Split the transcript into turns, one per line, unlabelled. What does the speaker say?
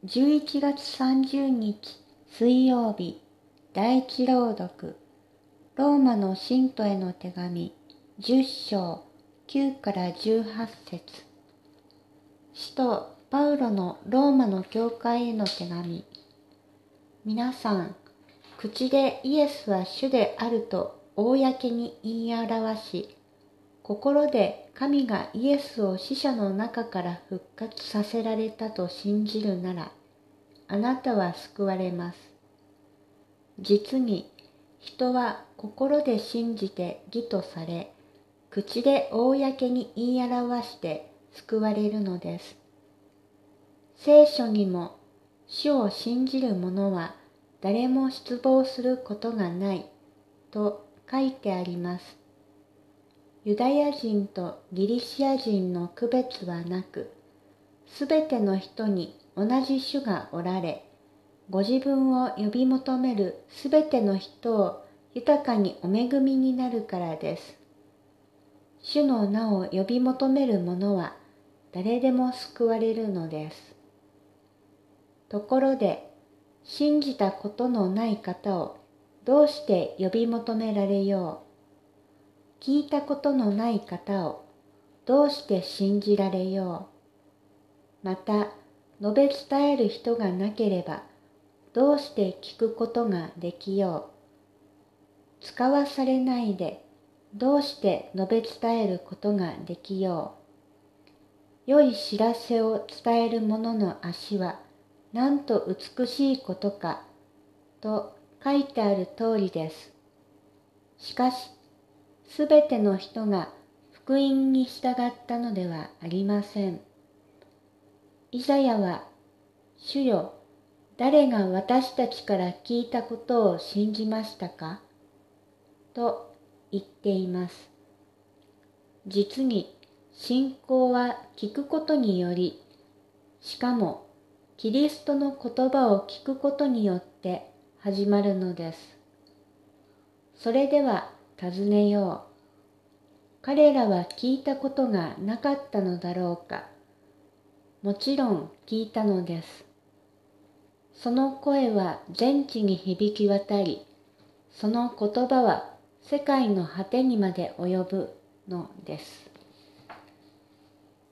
11月30日水曜日、第一朗読、ローマの信徒への手紙10章9から18節。使徒パウロのローマの教会への手紙。皆さん、口でイエスは主であると公に言い表し、心で神がイエスを死者の中から復活させられたと信じるなら、あなたは救われます。実に、人は心で信じて義とされ、口で公に言い表して救われるのです。聖書にも、主を信じる者は誰も失望することがないと書いてあります。ユダヤ人とギリシア人の区別はなく、すべての人に同じ主がおられ、ご自分を呼び求めるすべての人を豊かにお恵みになるからです。主の名を呼び求める者は誰でも救われるのです。ところで、信じたことのない方をどうして呼び求められよう。聞いたことのない方をどうして信じられよう。また、述べ伝える人がなければ、どうして聞くことができよう。使わされないで、どうして述べ伝えることができよう。良い知らせを伝える者の足は、なんと美しいことか、と書いてある通りです。しかし、すべての人が福音に従ったのではありません。イザヤは、主よ、誰が私たちから聞いたことを信じましたかと言っています。実に信仰は聞くことにより、しかもキリストの言葉を聞くことによって始まるのです。それでは尋ねよう。彼らは聞いたことがなかったのだろうか。もちろん聞いたのです。その声は全地に響き渡り、その言葉は世界の果てにまで及ぶのです。